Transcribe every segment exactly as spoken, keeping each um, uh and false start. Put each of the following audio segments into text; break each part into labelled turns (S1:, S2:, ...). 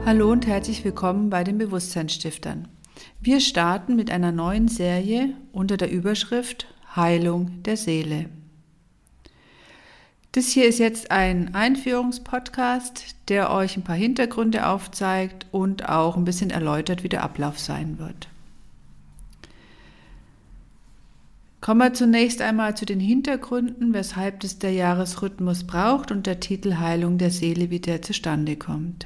S1: Hallo und herzlich willkommen bei den Bewusstseinsstiftern. Wir starten mit einer neuen Serie unter der Überschrift Heilung der Seele. Das hier ist jetzt ein Einführungspodcast, der euch ein paar Hintergründe aufzeigt und auch ein bisschen erläutert, wie der Ablauf sein wird. Kommen wir zunächst einmal zu den Hintergründen, weshalb es der Jahresrhythmus braucht und der Titel Heilung der Seele, wie der zustande kommt.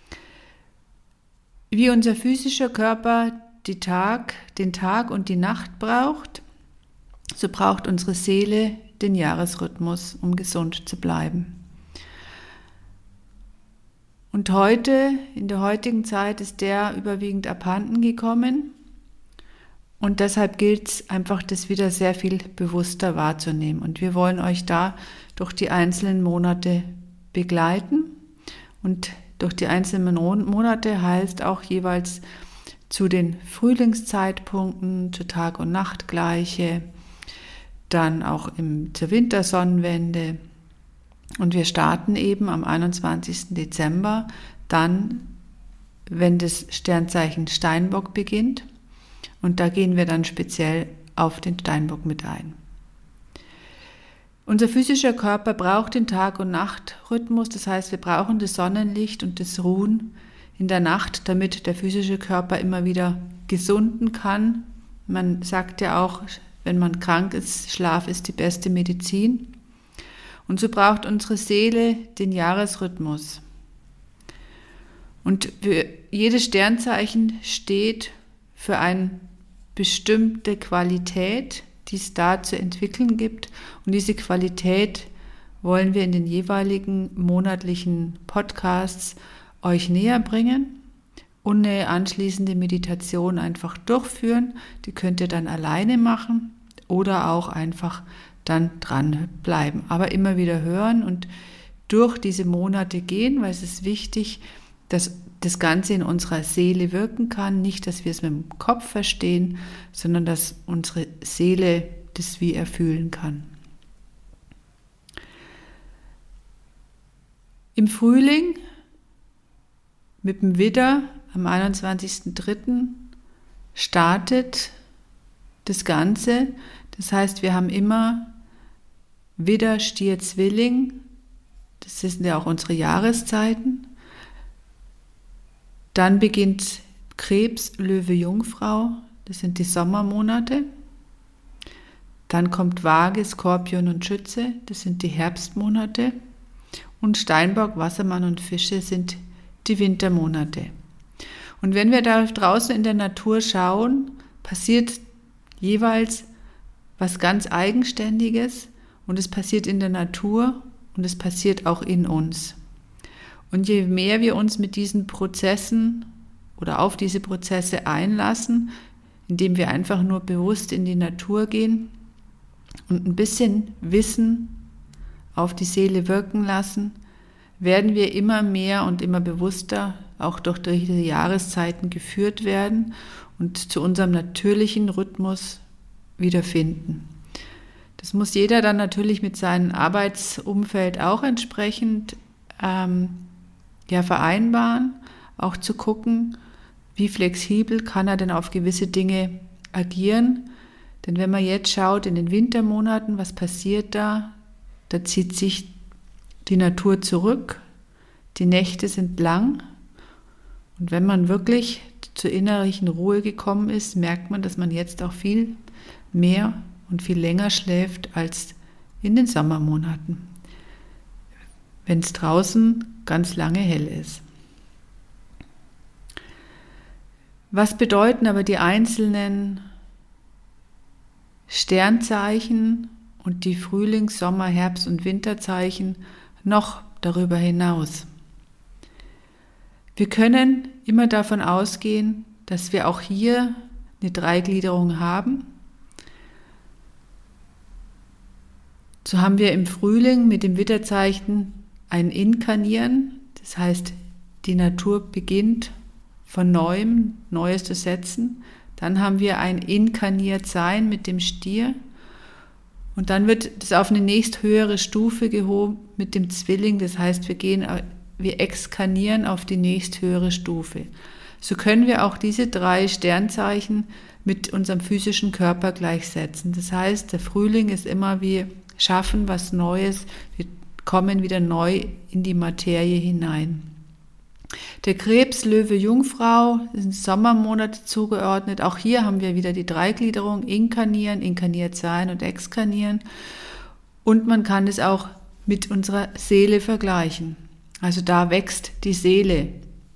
S1: Wie unser physischer Körper die Tag, den Tag und die Nacht braucht, so braucht unsere Seele den Jahresrhythmus, um gesund zu bleiben. Und heute, in der heutigen Zeit, ist der überwiegend abhanden gekommen. Und deshalb gilt es einfach, das wieder sehr viel bewusster wahrzunehmen. Und wir wollen euch da durch die einzelnen Monate begleiten. Und durch die einzelnen Monate heißt auch jeweils zu den Frühlingszeitpunkten, zur Tag- und Nachtgleiche, dann auch im, zur Wintersonnenwende. Und wir starten eben am einundzwanzigsten Dezember, dann, wenn das Sternzeichen Steinbock beginnt. Und da gehen wir dann speziell auf den Steinbock mit ein. Unser physischer Körper braucht den Tag- und Nachtrhythmus, das heißt, wir brauchen das Sonnenlicht und das Ruhen in der Nacht, damit der physische Körper immer wieder gesunden kann. Man sagt ja auch, wenn man krank ist, Schlaf ist die beste Medizin. Und so braucht unsere Seele den Jahresrhythmus. Und für jedes Sternzeichen steht für eine bestimmte Qualität, die es da zu entwickeln gibt. Und diese Qualität wollen wir in den jeweiligen monatlichen Podcasts euch näher bringen und eine anschließende Meditation einfach durchführen. Die könnt ihr dann alleine machen oder auch einfach dann dranbleiben. Aber immer wieder hören und durch diese Monate gehen, weil es ist wichtig, dass das Ganze in unserer Seele wirken kann. Nicht, dass wir es mit dem Kopf verstehen, sondern dass unsere Seele das wie erfühlen kann. Im Frühling mit dem Widder am einundzwanzigsten dritten startet das Ganze. Das heißt, wir haben immer Widder, Stier, Zwilling. Das sind ja auch unsere Jahreszeiten. Dann beginnt Krebs, Löwe, Jungfrau, das sind die Sommermonate. Dann kommt Waage, Skorpion und Schütze, das sind die Herbstmonate. Und Steinbock, Wassermann und Fische sind die Wintermonate. Und wenn wir da draußen in der Natur schauen, passiert jeweils was ganz Eigenständiges und es passiert in der Natur und es passiert auch in uns. Und je mehr wir uns mit diesen Prozessen oder auf diese Prozesse einlassen, indem wir einfach nur bewusst in die Natur gehen und ein bisschen Wissen auf die Seele wirken lassen, werden wir immer mehr und immer bewusster auch durch diese Jahreszeiten geführt werden und zu unserem natürlichen Rhythmus wiederfinden. Das muss jeder dann natürlich mit seinem Arbeitsumfeld auch entsprechend ähm, ja, vereinbaren, auch zu gucken, wie flexibel kann er denn auf gewisse Dinge agieren. Denn wenn man jetzt schaut in den Wintermonaten, was passiert da? Da zieht sich die Natur zurück, die Nächte sind lang und wenn man wirklich zur innerlichen Ruhe gekommen ist, merkt man, dass man jetzt auch viel mehr und viel länger schläft als in den Sommermonaten, wenn es draußen ganz lange hell ist. Was bedeuten aber die einzelnen Sternzeichen und die Frühlings-, Sommer-, Herbst- und Winterzeichen noch darüber hinaus? Wir können immer davon ausgehen, dass wir auch hier eine Dreigliederung haben. So haben wir im Frühling mit dem Widderzeichen ein Inkarnieren, das heißt, die Natur beginnt von Neuem, Neues zu setzen. Dann haben wir ein Inkarniertsein mit dem Stier und dann wird das auf eine nächsthöhere Stufe gehoben mit dem Zwilling. Das heißt, wir gehen wir exkarnieren auf die nächsthöhere Stufe. So können wir auch diese drei Sternzeichen mit unserem physischen Körper gleichsetzen. Das heißt, der Frühling ist immer, wir schaffen was Neues, wir kommen wieder neu in die Materie hinein. Der Krebs, Löwe, Jungfrau sind Sommermonate zugeordnet. Auch hier haben wir wieder die Dreigliederung, inkarnieren, inkarniert sein und exkarnieren. Und man kann es auch mit unserer Seele vergleichen. Also da wächst die Seele.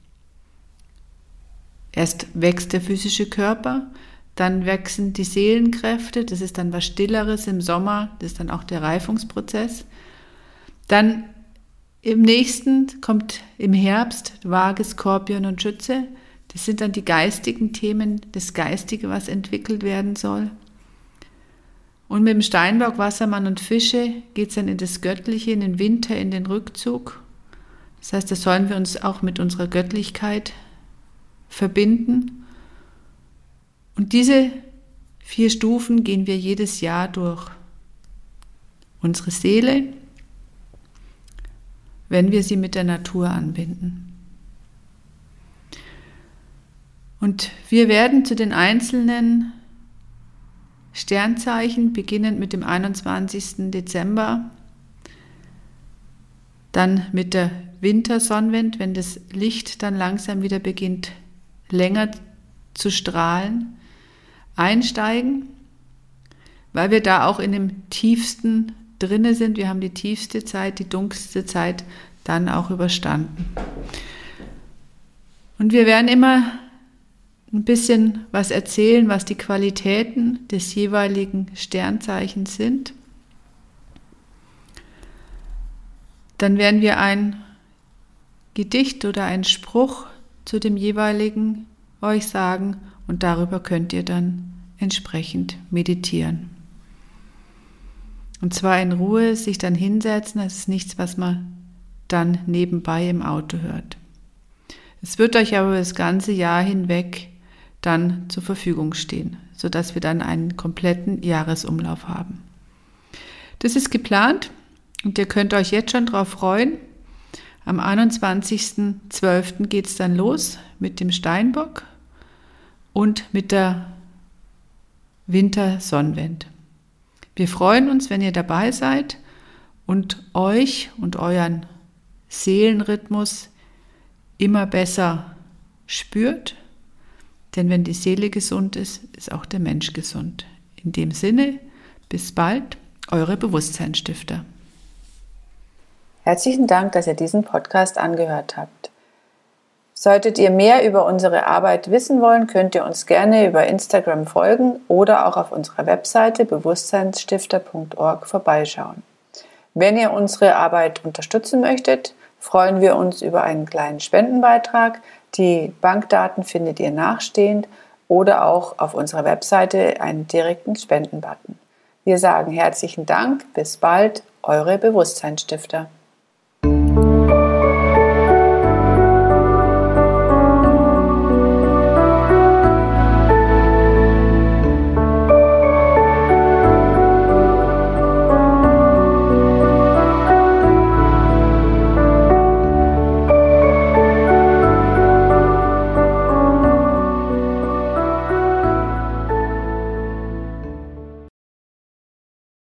S1: Erst wächst der physische Körper, dann wachsen die Seelenkräfte, das ist dann was Stilleres im Sommer, das ist dann auch der Reifungsprozess. Dann im nächsten kommt im Herbst Waage, Skorpion und Schütze. Das sind dann die geistigen Themen, das Geistige, was entwickelt werden soll. Und mit dem Steinbock, Wassermann und Fische geht es dann in das Göttliche, in den Winter, in den Rückzug. Das heißt, da sollen wir uns auch mit unserer Göttlichkeit verbinden. Und diese vier Stufen gehen wir jedes Jahr durch. Unsere Seele, wenn wir sie mit der Natur anbinden. Und wir werden zu den einzelnen Sternzeichen, beginnend mit dem einundzwanzigsten Dezember, dann mit der Wintersonnenwende, wenn das Licht dann langsam wieder beginnt, länger zu strahlen, einsteigen, weil wir da auch in dem tiefsten drinne sind. Wir haben die tiefste Zeit, die dunkelste Zeit dann auch überstanden. Und wir werden immer ein bisschen was erzählen, was die Qualitäten des jeweiligen Sternzeichens sind. Dann werden wir ein Gedicht oder einen Spruch zu dem jeweiligen euch sagen und darüber könnt ihr dann entsprechend meditieren. Und zwar in Ruhe sich dann hinsetzen, das ist nichts, was man dann nebenbei im Auto hört. Es wird euch aber das ganze Jahr hinweg dann zur Verfügung stehen, sodass wir dann einen kompletten Jahresumlauf haben. Das ist geplant und ihr könnt euch jetzt schon darauf freuen. Am einundzwanzigsten zwölften geht es dann los mit dem Steinbock und mit der Wintersonnenwende. Wir freuen uns, wenn ihr dabei seid und euch und euren Seelenrhythmus immer besser spürt. Denn wenn die Seele gesund ist, ist auch der Mensch gesund. In dem Sinne, bis bald, eure Bewusstseinsstifter.
S2: Herzlichen Dank, dass ihr diesen Podcast angehört habt. Solltet ihr mehr über unsere Arbeit wissen wollen, könnt ihr uns gerne über Instagram folgen oder auch auf unserer Webseite bewusstseinsstifter punkt org vorbeischauen. Wenn ihr unsere Arbeit unterstützen möchtet, freuen wir uns über einen kleinen Spendenbeitrag. Die Bankdaten findet ihr nachstehend oder auch auf unserer Webseite einen direkten Spendenbutton. Wir sagen herzlichen Dank, bis bald, eure Bewusstseinsstifter.